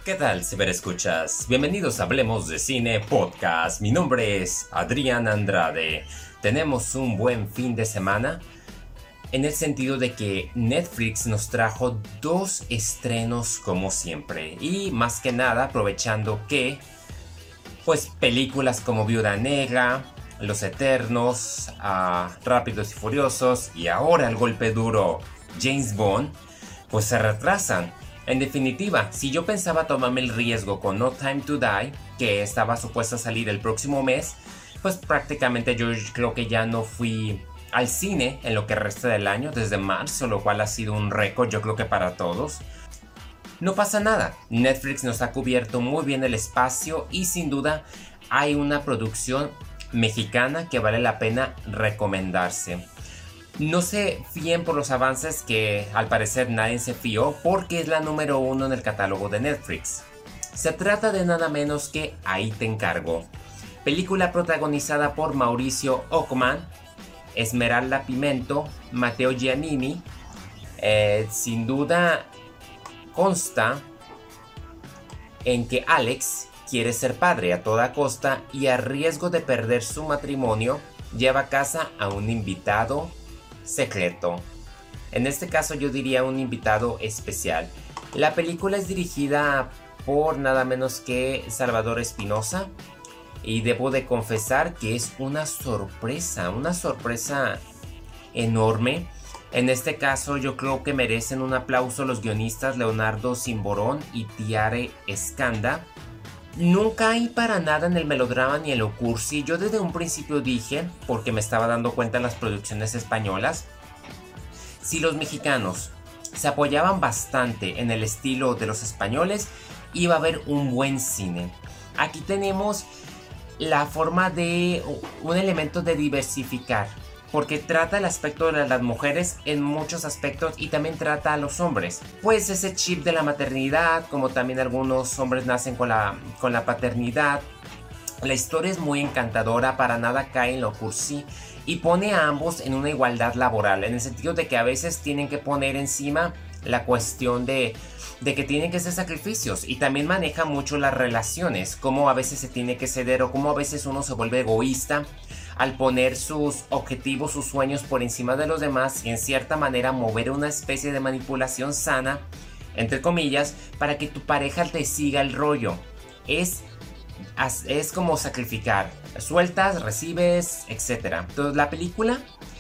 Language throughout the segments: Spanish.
¿Qué tal, ciberescuchas? Bienvenidos a Hablemos de Cine Podcast. Mi nombre es Adrián Andrade. Tenemos un buen fin de semana en el sentido de que Netflix nos trajo dos estrenos como siempre. Y más que nada aprovechando que, pues, películas como Viuda Negra, Los Eternos, Rápidos y Furiosos y ahora el golpe duro James Bond, pues se retrasan. En definitiva, si yo pensaba tomarme el riesgo con No Time to Die, que estaba supuesta a salir el próximo mes, pues prácticamente yo creo que ya no fui al cine en lo que resta del año, desde marzo, lo cual ha sido un récord, yo creo que para todos. No pasa nada, Netflix nos ha cubierto muy bien el espacio y sin duda hay una producción mexicana que vale la pena recomendarse. No se fíen por los avances, que al parecer nadie se fió, porque es la número 1 en el catálogo de Netflix. Se trata de nada menos que Ahí te encargo, película protagonizada por Mauricio Ockman, Esmeralda Pimento, Matteo Giannini. Sin duda consta en que Alex quiere ser padre a toda costa y a riesgo de perder su matrimonio lleva a casa a un invitado secreto. En este caso yo diría un invitado especial. La película es dirigida por nada menos que Salvador Espinosa y debo de confesar que es una sorpresa enorme. En este caso yo creo que merecen un aplauso los guionistas Leonardo Simborón y Tiare Escanda. Nunca hay para nada en el melodrama ni en lo cursi. Yo desde un principio dije, porque me estaba dando cuenta en las producciones españolas, si los mexicanos se apoyaban bastante en el estilo de los españoles, iba a haber un buen cine. Aquí tenemos la forma de un elemento de diversificar, porque trata el aspecto de las mujeres en muchos aspectos y también trata a los hombres. Pues ese chip de la maternidad, como también algunos hombres nacen con la paternidad. La historia es muy encantadora, para nada cae en lo cursi y pone a ambos en una igualdad laboral, en el sentido de que a veces tienen que poner encima la cuestión de que tienen que hacer sacrificios, y también maneja mucho las relaciones, cómo a veces se tiene que ceder o cómo a veces uno se vuelve egoísta al poner sus objetivos, sus sueños por encima de los demás y en cierta manera mover una especie de manipulación sana, entre comillas, para que tu pareja te siga el rollo. Es como sacrificar, sueltas, recibes, etc. Entonces la película,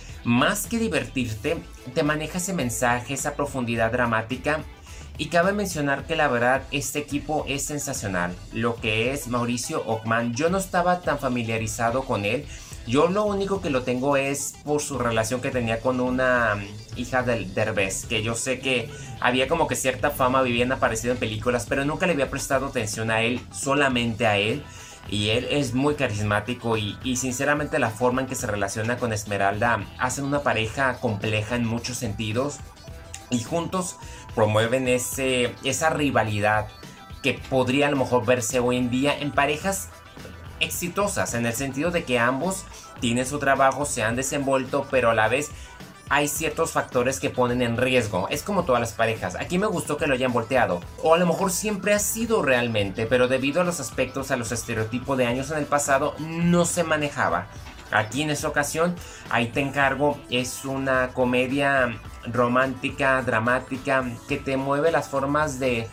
más que divertirte, te maneja ese mensaje, esa profundidad dramática. Y cabe mencionar que la verdad este equipo es sensacional. Lo que es Mauricio Ockman, yo no estaba tan familiarizado con él. Yo lo único que lo tengo es por su relación que tenía con una hija del Derbez, que yo sé que había como que cierta fama, habían aparecido en películas, pero nunca le había prestado atención a él, solamente a él. Y él es muy carismático y sinceramente la forma en que se relaciona con Esmeralda hacen una pareja compleja en muchos sentidos. Y juntos promueven esa rivalidad que podría a lo mejor verse hoy en día en parejas exitosas, en el sentido de que ambos tienen su trabajo, se han desenvuelto, pero a la vez hay ciertos factores que ponen en riesgo. Es como todas las parejas. Aquí me gustó que lo hayan volteado, o a lo mejor siempre ha sido realmente, pero debido a los aspectos, a los estereotipos de años en el pasado, no se manejaba. Aquí en esta ocasión, Ahí te encargo, es una comedia romántica, dramática, que te mueve las formas de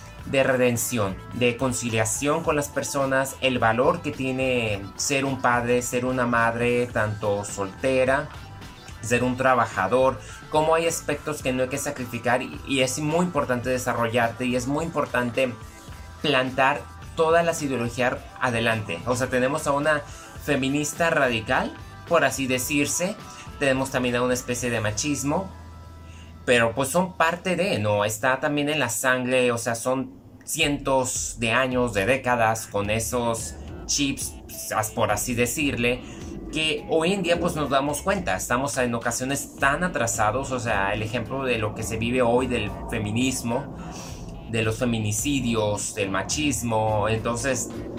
redención, de conciliación con las personas, el valor que tiene ser un padre, ser una madre, tanto soltera, ser un trabajador, cómo hay aspectos que no hay que sacrificar y es muy importante desarrollarte y es muy importante plantar todas las ideologías adelante. O sea, tenemos a una feminista radical, por así decirse, tenemos también a una especie de machismo, pero pues son parte de, ¿no? Está también en la sangre, o sea, son cientos de años, de décadas con esos chips, por así decirle, que hoy en día pues nos damos cuenta, estamos en ocasiones tan atrasados, o sea, el ejemplo de lo que se vive hoy del feminismo, de los feminicidios, del machismo, entonces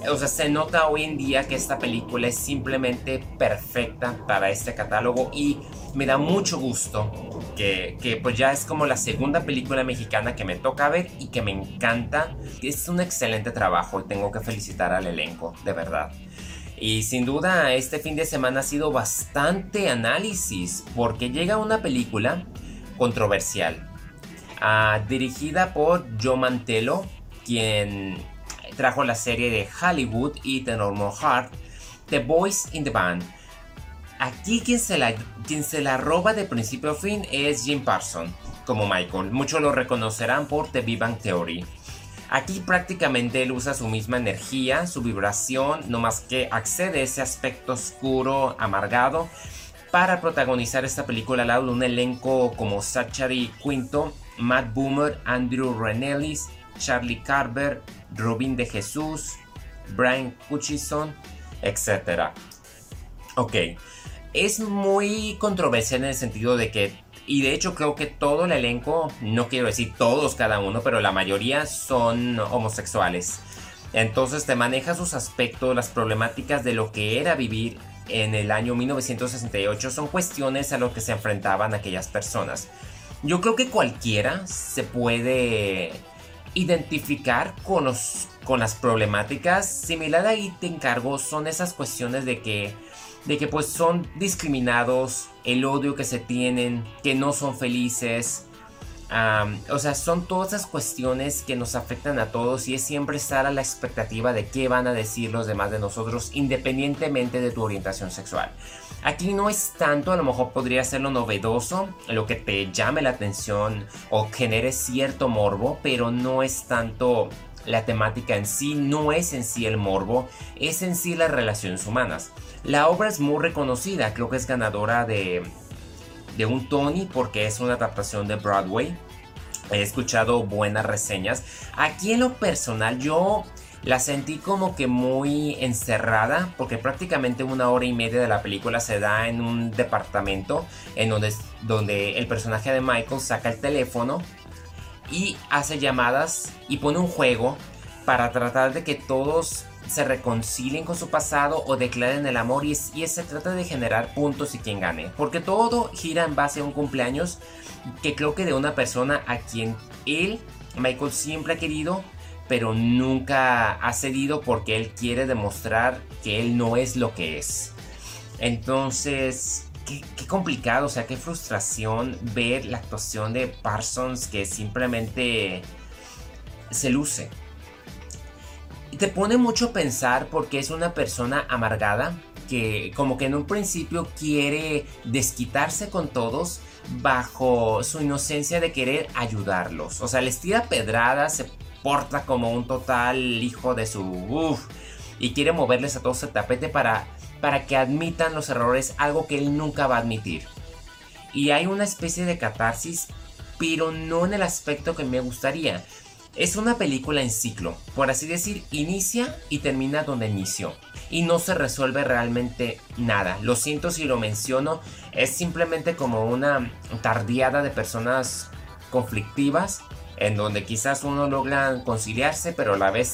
o sea, se nota hoy en día que esta película es simplemente perfecta para este catálogo y me da mucho gusto que pues ya es como la segunda película mexicana que me toca ver y que me encanta. Es un excelente trabajo y tengo que felicitar al elenco, de verdad. Y sin duda este fin de semana ha sido bastante análisis porque llega una película controversial, dirigida por Joe Mantello, quien trajo la serie de Hollywood y The Normal Heart, The Boys in the Band. Aquí quien se la roba de principio a fin es Jim Parsons como Michael. Muchos lo reconocerán por The Big Bang Theory. Aquí prácticamente él usa su misma energía, su vibración, no más que accede a ese aspecto oscuro, amargado, para protagonizar esta película al lado de un elenco como Zachary Quinto, Matt Bomer, Andrew Renelis, Charlie Carver, Robin de Jesús, Brian Hutchison, etc. Ok, es muy controversial en el sentido de que, y de hecho creo que todo el elenco, no quiero decir todos cada uno, pero la mayoría son homosexuales. Entonces te maneja sus aspectos, las problemáticas de lo que era vivir en el año 1968, son cuestiones a lo que se enfrentaban aquellas personas. Yo creo que cualquiera se puede identificar con las problemáticas. Similar ahí te encargo, son esas cuestiones de que pues son discriminados, el odio que se tienen, que no son felices. O sea, son todas esas cuestiones que nos afectan a todos y es siempre estar a la expectativa de qué van a decir los demás de nosotros independientemente de tu orientación sexual. Aquí no es tanto, a lo mejor podría ser lo novedoso, lo que te llame la atención o genere cierto morbo, pero no es tanto la temática en sí, no es en sí el morbo, es en sí las relaciones humanas. La obra es muy reconocida, creo que es ganadora de un Tony porque es una adaptación de Broadway. He escuchado buenas reseñas. Aquí en lo personal yo la sentí como que muy encerrada porque prácticamente 1 hora y media de la película se da en un departamento en donde el personaje de Michael saca el teléfono y hace llamadas y pone un juego para tratar de que todos se reconcilien con su pasado o declaren el amor y se trata de generar puntos y quien gane, porque todo gira en base a un cumpleaños que creo que de una persona a quien Michael siempre ha querido, pero nunca ha cedido porque él quiere demostrar que él no es lo que es. Entonces, qué complicado, o sea, qué frustración ver la actuación de Parsons, que simplemente se luce. Te pone mucho a pensar porque es una persona amargada que como que en un principio quiere desquitarse con todos bajo su inocencia de querer ayudarlos. O sea, les tira pedradas, se porta como un total hijo de su... y quiere moverles a todos el tapete para que admitan los errores, algo que él nunca va a admitir. Y hay una especie de catarsis, pero no en el aspecto que me gustaría. Es una película en ciclo, por así decir, inicia y termina donde inició. Y no se resuelve realmente nada. Lo siento si lo menciono, es simplemente como una tardeada de personas conflictivas, en donde quizás uno logra conciliarse, pero a la vez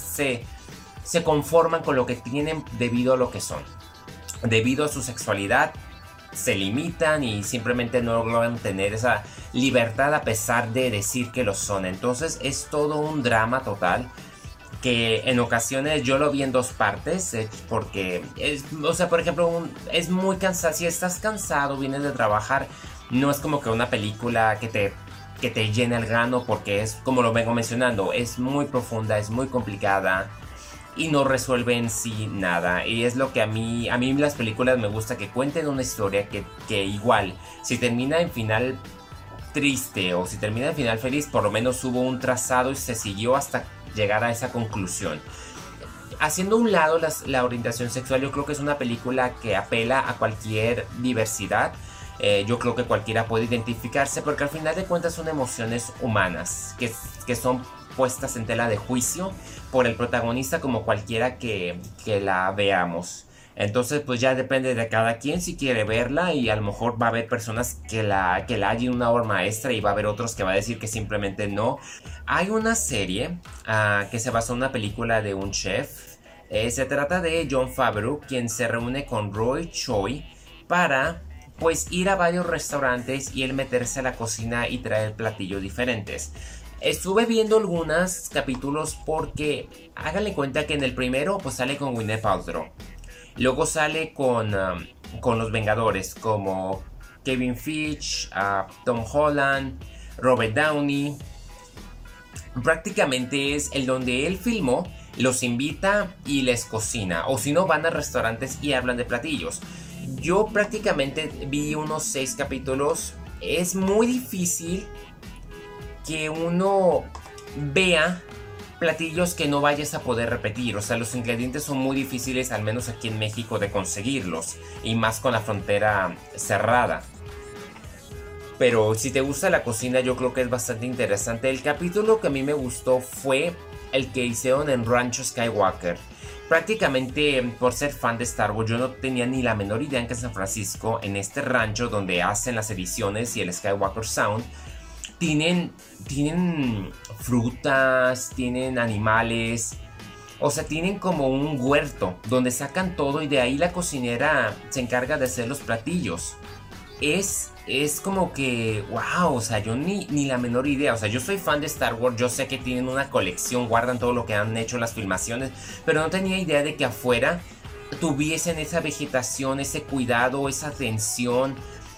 se conforman con lo que tienen debido a lo que son. Debido a su sexualidad, se limitan y simplemente no logran tener esa libertad a pesar de decir que lo son. Entonces es todo un drama total que en ocasiones yo lo vi en 2 partes porque o sea, por ejemplo, es muy cansado. Si estás cansado, vienes de trabajar, no es como que una película que te llena el grano, porque es, como lo vengo mencionando, es muy profunda, es muy complicada y no resuelve en sí nada. Y es lo que a mí las películas me gusta, que cuenten una historia que igual, si termina en final triste o si termina en final feliz, por lo menos hubo un trazado y se siguió hasta llegar a esa conclusión. Haciendo a un lado la orientación sexual, yo creo que es una película que apela a cualquier diversidad. Yo creo que cualquiera puede identificarse porque al final de cuentas son emociones humanas que son puestas en tela de juicio por el protagonista como cualquiera que la veamos. Entonces pues ya depende de cada quien si quiere verla, y a lo mejor va a haber personas que la hallen una obra maestra y va a haber otros que va a decir que simplemente no. Hay una serie que se basó en una película de un chef Se trata de Jon Favreau, quien se reúne con Roy Choi para pues ir a varios restaurantes y él meterse a la cocina y traer platillos diferentes. Estuve viendo algunos capítulos porque háganle cuenta que en el primero pues sale con Gwyneth Paltrow. Luego sale con los Vengadores como Kevin Feige, Tom Holland, Robert Downey. Prácticamente es el donde él filmó, los invita y les cocina. O si no, van a restaurantes y hablan de platillos. Yo prácticamente vi unos 6 capítulos. Es muy difícil que uno vea platillos que no vayas a poder repetir. O sea, los ingredientes son muy difíciles, al menos aquí en México, de conseguirlos. Y más con la frontera cerrada. Pero si te gusta la cocina, yo creo que es bastante interesante. El capítulo que a mí me gustó fue el que hicieron en Rancho Skywalker. Prácticamente, por ser fan de Star Wars, yo no tenía ni la menor idea en que San Francisco, en este rancho donde hacen las ediciones y el Skywalker Sound, tienen frutas, tienen animales. O sea, tienen como un huerto donde sacan todo y de ahí la cocinera se encarga de hacer los platillos. Es como que, wow, o sea, yo ni la menor idea. O sea, yo soy fan de Star Wars, yo sé que tienen una colección, guardan todo lo que han hecho las filmaciones, pero no tenía idea de que afuera tuviesen esa vegetación, ese cuidado, esa atención.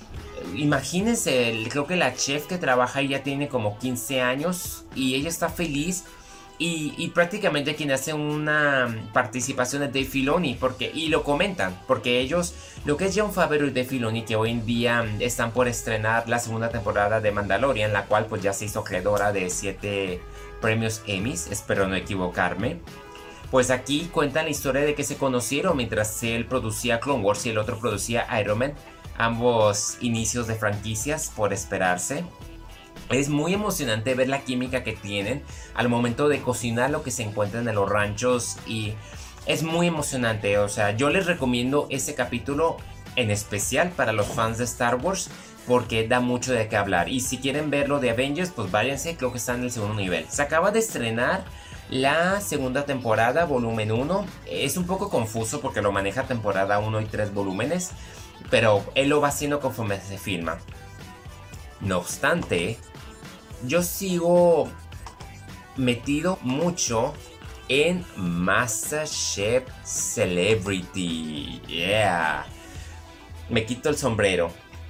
Imagínense, creo que la chef que trabaja ahí ya tiene como 15 años y ella está feliz. Y prácticamente quien hace una participación es Dave Filoni, y lo comentan, porque ellos, lo que es Jon Favreau y Dave Filoni, que hoy en día están por estrenar la segunda temporada de Mandalorian, la cual pues ya se hizo acreedora de 7 premios Emmys, espero no equivocarme. Pues aquí cuentan la historia de que se conocieron mientras él producía Clone Wars y el otro producía Iron Man, ambos inicios de franquicias por esperarse. Es muy emocionante ver la química que tienen al momento de cocinar lo que se encuentran en los ranchos y es muy emocionante. O sea, yo les recomiendo ese capítulo en especial para los fans de Star Wars porque da mucho de qué hablar. Y si quieren ver lo de Avengers, pues váyanse, creo que está en el segundo nivel. Se acaba de estrenar la segunda temporada, volumen 1. Es un poco confuso porque lo maneja temporada 1 y 3 volúmenes, pero él lo va haciendo conforme se filma. No obstante, yo sigo metido mucho en MasterChef Celebrity. Yeah. Me quito el sombrero.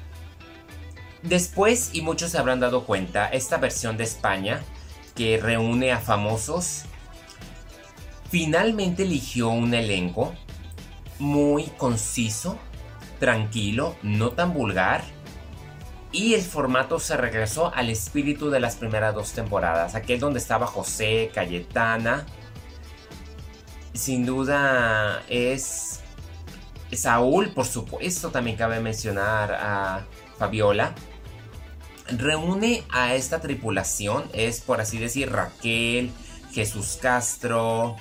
Después, y muchos se habrán dado cuenta, esta versión de España que reúne a famosos finalmente eligió un elenco muy conciso, tranquilo, no tan vulgar. Y el formato se regresó al espíritu de las primeras 2 temporadas. Aquel donde estaba José, Cayetana. Sin duda es Saúl, por supuesto. También cabe mencionar a Fabiola. Reúne a esta tripulación. Es por así decir Raquel, Jesús Castro,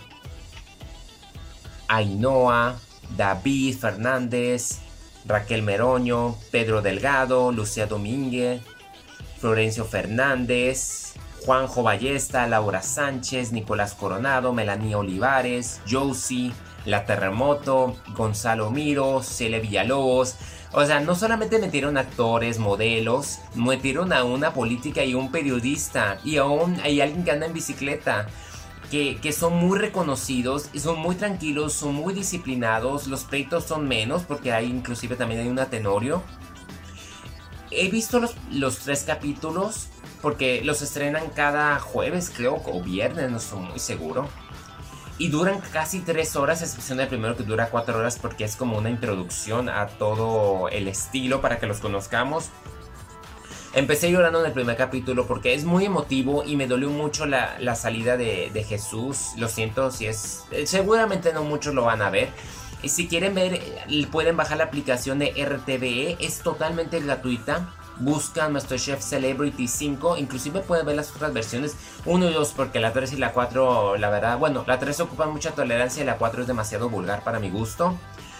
Ainhoa, David Fernández, Raquel Meroño, Pedro Delgado, Lucía Domínguez, Florencio Fernández, Juanjo Ballesta, Laura Sánchez, Nicolás Coronado, Melanía Olivares, Josie, La Terremoto, Gonzalo Miro, Cele Villalobos. O sea, no solamente metieron actores, modelos, metieron a una política y un periodista y aún hay alguien que anda en bicicleta. Que son muy reconocidos, son muy tranquilos, son muy disciplinados, los pleitos son menos porque hay inclusive también hay una Tenorio. He visto los 3 capítulos porque los estrenan cada jueves creo o viernes, no estoy muy seguro. Y duran casi 3 horas, a excepción del primero que dura 4 horas porque es como una introducción a todo el estilo para que los conozcamos. Empecé llorando en el primer capítulo porque es muy emotivo y me dolió mucho la salida de Jesús. Lo siento si es... Seguramente no muchos lo van a ver. Y si quieren ver, pueden bajar la aplicación de RTVE. Es totalmente gratuita. Buscan MasterChef Celebrity 5. Inclusive pueden ver las otras versiones 1 y 2 porque la 3 y la 4, la verdad... Bueno, la 3 ocupa mucha tolerancia y la 4 es demasiado vulgar para mi gusto.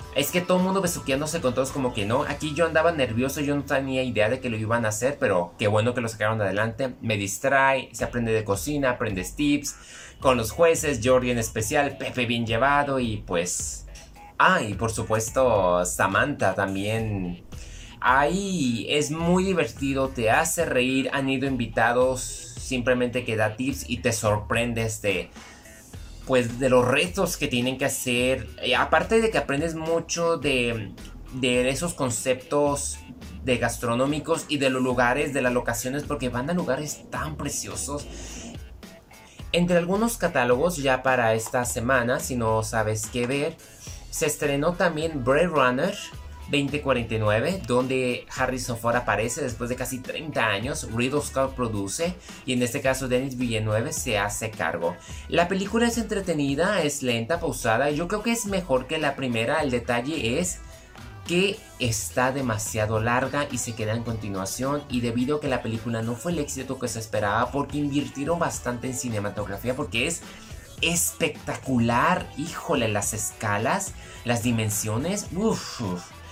Es que todo el mundo besuqueándose con todos como que no. Aquí yo andaba nervioso, yo no tenía idea de que lo iban a hacer, pero qué bueno que lo sacaron adelante. Me distrae, se aprende de cocina, aprendes tips con los jueces, Jordi en especial, Pepe bien llevado y pues... Ah, y por supuesto Samantha también. Ahí es muy divertido, te hace reír, han ido invitados, simplemente que da tips y te sorprendes de pues de los retos que tienen que hacer. Aparte de que aprendes mucho de esos conceptos de gastronómicos y de los lugares, de las locaciones, porque van a lugares tan preciosos. Entre algunos catálogos ya para esta semana, si no sabes qué ver, se estrenó también Blade Runner 2049, donde Harrison Ford aparece después de casi 30 años. Ridley Scott produce y en este caso Denis Villeneuve se hace cargo. La película es entretenida, es lenta, pausada y yo creo que es mejor que la primera. El detalle es que está demasiado larga y se queda en continuación, y debido a que la película no fue el éxito que se esperaba porque invirtieron bastante en cinematografía, porque es espectacular, híjole, las escalas, las dimensiones, uff.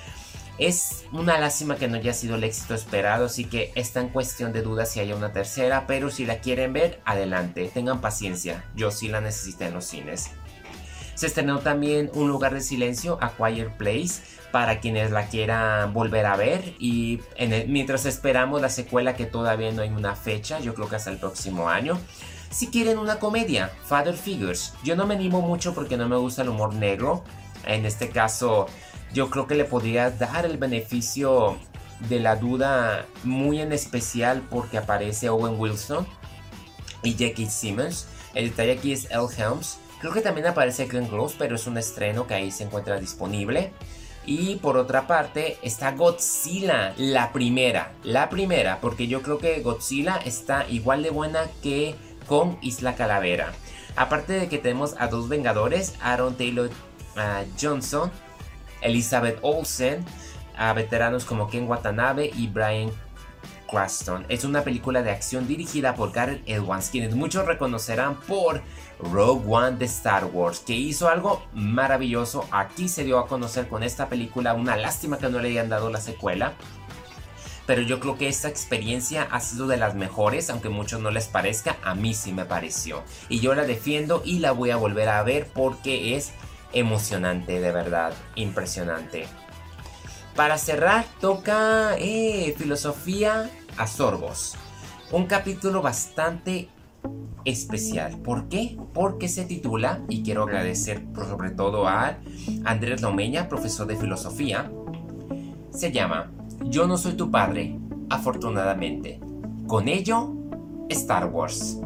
Es una lástima que no haya sido el éxito esperado, así que está en cuestión de duda si haya una tercera, pero si la quieren ver, adelante, tengan paciencia, yo sí la necesité en los cines. Se estrenó también Un lugar de silencio, A Quiet Place, para quienes la quieran volver a ver, y mientras esperamos la secuela, que todavía no hay una fecha, yo creo que hasta el próximo año. Si quieren una comedia, Father Figures, yo no me animo mucho porque no me gusta el humor negro, en este caso... Yo creo que le podría dar el beneficio de la duda, muy en especial porque aparece Owen Wilson y J.K. Simmons. El detalle aquí es Elle Helms. Creo que también aparece Glenn Close, pero es un estreno que ahí se encuentra disponible. Y por otra parte está Godzilla, la primera, porque yo creo que Godzilla está igual de buena que con Isla Calavera. Aparte de que tenemos a dos Vengadores, Aaron Taylor Johnson, Elizabeth Olsen, a veteranos como Ken Watanabe y Bryan Cranston. Es una película de acción dirigida por Gareth Edwards, quienes muchos reconocerán por Rogue One de Star Wars, que hizo algo maravilloso. Aquí se dio a conocer con esta película, una lástima que no le hayan dado la secuela, pero yo creo que esta experiencia ha sido de las mejores, aunque a muchos no les parezca, a mí sí me pareció. Y yo la defiendo y la voy a volver a ver porque es emocionante, de verdad, impresionante. Para cerrar toca Filosofía a sorbos, un capítulo bastante especial. ¿Por qué? Porque se titula, y quiero agradecer sobre todo a Andrés Lomeña, profesor de filosofía, se llama Yo no soy tu padre, afortunadamente. Con ello, Star Wars.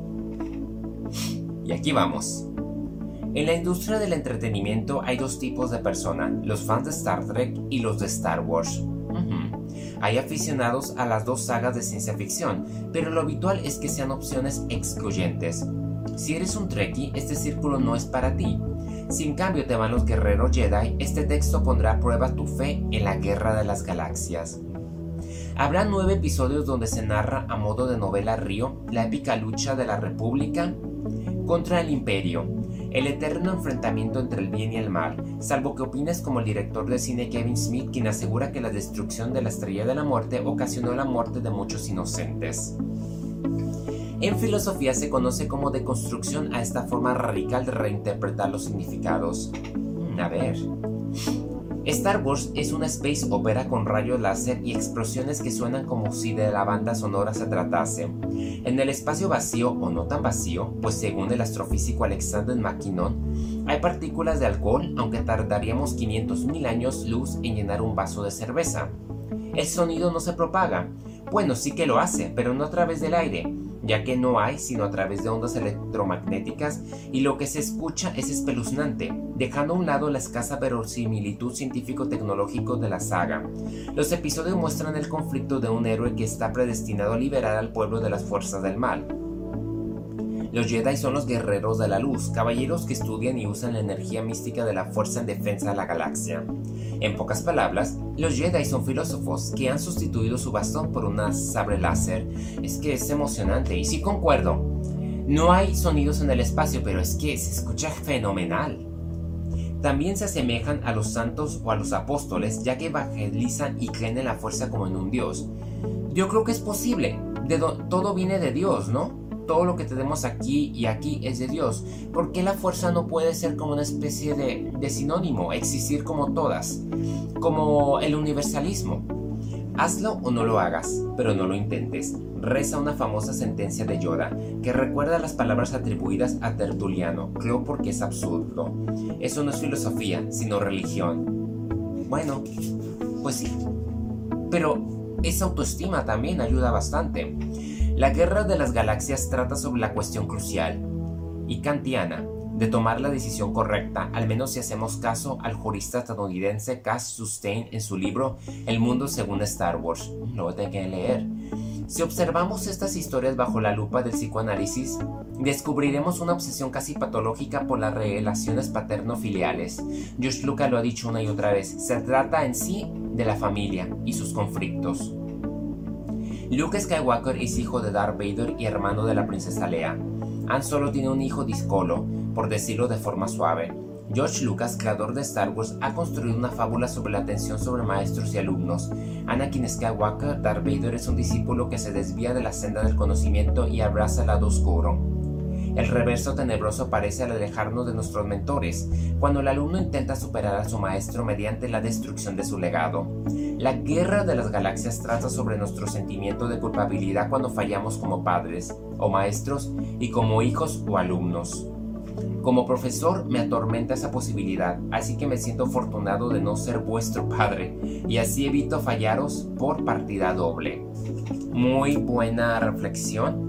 Y aquí vamos. En la industria del entretenimiento hay dos tipos de personas, los fans de Star Trek y los de Star Wars. Hay aficionados a las dos sagas de ciencia ficción, pero lo habitual es que sean opciones excluyentes. Si eres un Trekkie, este círculo no es para ti. Si en cambio te van los guerreros Jedi, este texto pondrá a prueba tu fe en la Guerra de las Galaxias. Habrá 9 episodios donde se narra a modo de novela río la épica lucha de la República contra el Imperio, el eterno enfrentamiento entre el bien y el mal, salvo que opines como el director de cine Kevin Smith, quien asegura que la destrucción de la Estrella de la Muerte ocasionó la muerte de muchos inocentes. En filosofía se conoce como deconstrucción a esta forma radical de reinterpretar los significados. A ver... Star Wars es una space opera con rayos láser y explosiones que suenan como si de la banda sonora se tratase. En el espacio vacío o no tan vacío, pues según el astrofísico Alexander McKinnon, hay partículas de alcohol, aunque tardaríamos 500.000 años luz en llenar un vaso de cerveza. El sonido no se propaga. Bueno, sí que lo hace, pero no a través del aire, ya que no hay sino a través de ondas electromagnéticas, y lo que se escucha es espeluznante, dejando a un lado la escasa verosimilitud científico-tecnológico de la saga. Los episodios muestran el conflicto de un héroe que está predestinado a liberar al pueblo de las fuerzas del mal. Los Jedi son los guerreros de la luz, caballeros que estudian y usan la energía mística de la fuerza en defensa de la galaxia. En pocas palabras, los Jedi son filósofos que han sustituido su bastón por una sable láser. Es que es emocionante, y sí concuerdo. No hay sonidos en el espacio, pero es que se escucha fenomenal. También se asemejan a los santos o a los apóstoles, ya que evangelizan y creen en la fuerza como en un Dios. Yo creo que es posible, todo viene de Dios, ¿no? Todo lo que tenemos aquí y aquí es de Dios. ¿Por qué la fuerza no puede ser como una especie de sinónimo, existir como todas? Como el universalismo. Hazlo o no lo hagas, pero no lo intentes. Reza una famosa sentencia de Yoda que recuerda las palabras atribuidas a Tertuliano. Creo porque es absurdo. Eso no es filosofía, sino religión. Bueno, pues sí. Pero esa autoestima también ayuda bastante. La Guerra de las Galaxias trata sobre la cuestión crucial y kantiana de tomar la decisión correcta, al menos si hacemos caso al jurista estadounidense Cass Sunstein en su libro El mundo según Star Wars. Lo tengo que leer. Si observamos estas historias bajo la lupa del psicoanálisis, descubriremos una obsesión casi patológica por las relaciones paterno-filiales. George Lucas lo ha dicho una y otra vez, se trata en sí de la familia y sus conflictos. Luke Skywalker es hijo de Darth Vader y hermano de la princesa Leia. Han Solo tiene un hijo díscolo, por decirlo de forma suave. George Lucas, creador de Star Wars, ha construido una fábula sobre la tensión sobre maestros y alumnos. Anakin Skywalker, Darth Vader, es un discípulo que se desvía de la senda del conocimiento y abraza el lado oscuro. El reverso tenebroso parece al alejarnos de nuestros mentores, cuando el alumno intenta superar a su maestro mediante la destrucción de su legado. La Guerra de las Galaxias trata sobre nuestro sentimiento de culpabilidad cuando fallamos como padres o maestros y como hijos o alumnos. Como profesor me atormenta esa posibilidad, así que me siento afortunado de no ser vuestro padre y así evito fallaros por partida doble. Muy buena reflexión.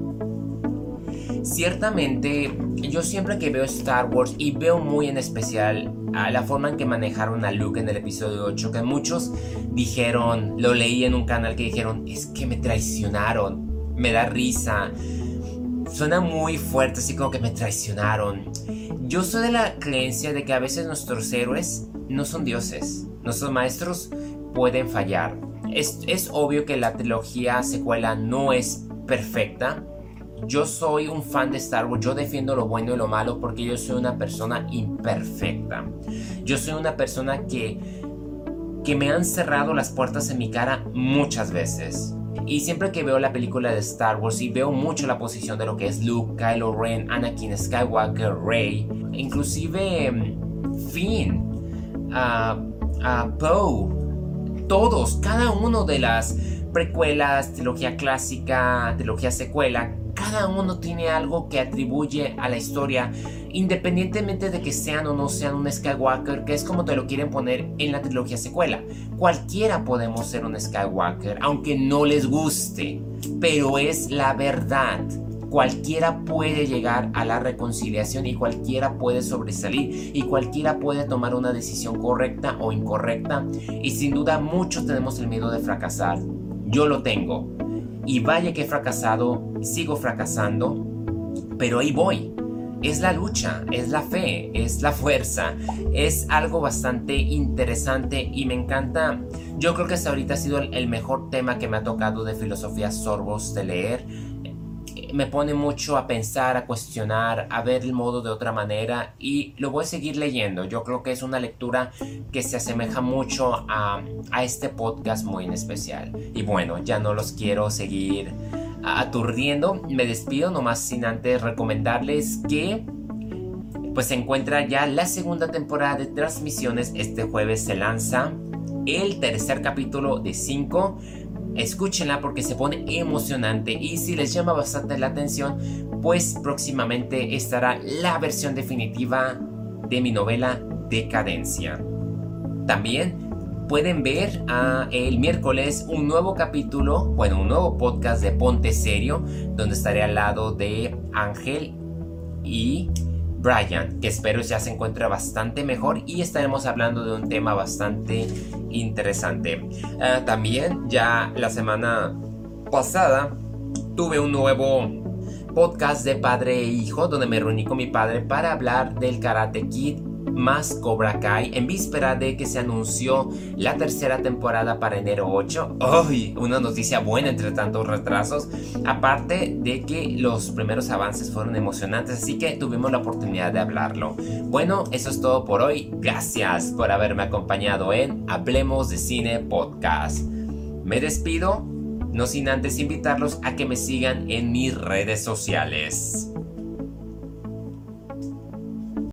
Ciertamente, yo siempre que veo Star Wars y veo muy en especial a la forma en que manejaron a Luke en el episodio 8, que muchos dijeron, lo leí en un canal que dijeron, es que me traicionaron, me da risa, suena muy fuerte, así como que me traicionaron. Yo soy de la creencia de que a veces nuestros héroes no son dioses, nuestros maestros pueden fallar. Es obvio que la trilogía secuela no es perfecta. Yo soy un fan de Star Wars, yo defiendo lo bueno y lo malo porque yo soy una persona imperfecta. Yo soy una persona que me han cerrado las puertas en mi cara muchas veces. Y siempre que veo la película de Star Wars y veo mucho la posición de lo que es Luke, Kylo Ren, Anakin Skywalker, Rey, inclusive Finn, Poe, todos, cada uno de las precuelas, trilogía clásica, trilogía secuela, cada uno tiene algo que atribuye a la historia, independientemente de que sean o no sean un Skywalker, que es como te lo quieren poner en la trilogía secuela. Cualquiera podemos ser un Skywalker, aunque no les guste, pero es la verdad. Cualquiera puede llegar a la reconciliación y cualquiera puede sobresalir y cualquiera puede tomar una decisión correcta o incorrecta, y sin duda muchos tenemos el miedo de fracasar. Yo lo tengo. Y vaya que he fracasado, sigo fracasando, pero ahí voy. Es la lucha, es la fe, es la fuerza, es algo bastante interesante y me encanta. Yo creo que hasta ahorita ha sido el mejor tema que me ha tocado de filosofía sorbos de leer. Me pone mucho a pensar, a cuestionar, a ver el modo de otra manera y lo voy a seguir leyendo. Yo creo que es una lectura que se asemeja mucho a este podcast muy en especial. Y bueno, ya no los quiero seguir aturdiendo. Me despido nomás sin antes recomendarles que pues se encuentra ya la segunda temporada de transmisiones. Este jueves se lanza el tercer capítulo de 5. Escúchenla porque se pone emocionante y si les llama bastante la atención, pues próximamente estará la versión definitiva de mi novela Decadencia. También pueden ver el miércoles un nuevo capítulo, un nuevo podcast de Ponte Serio, donde estaré al lado de Ángel y Brian, que espero ya se encuentre bastante mejor y estaremos hablando de un tema bastante interesante. También ya la semana pasada tuve un nuevo podcast de padre e hijo donde me reuní con mi padre para hablar del Karate Kid más Cobra Kai en víspera de que se anunció la tercera temporada para enero 8. ¡Ay! Una noticia buena entre tantos retrasos. Aparte de que los primeros avances fueron emocionantes, así que tuvimos la oportunidad de hablarlo. Bueno, eso es todo por hoy. Gracias por haberme acompañado en Hablemos de Cine Podcast. Me despido, no sin antes invitarlos a que me sigan en mis redes sociales.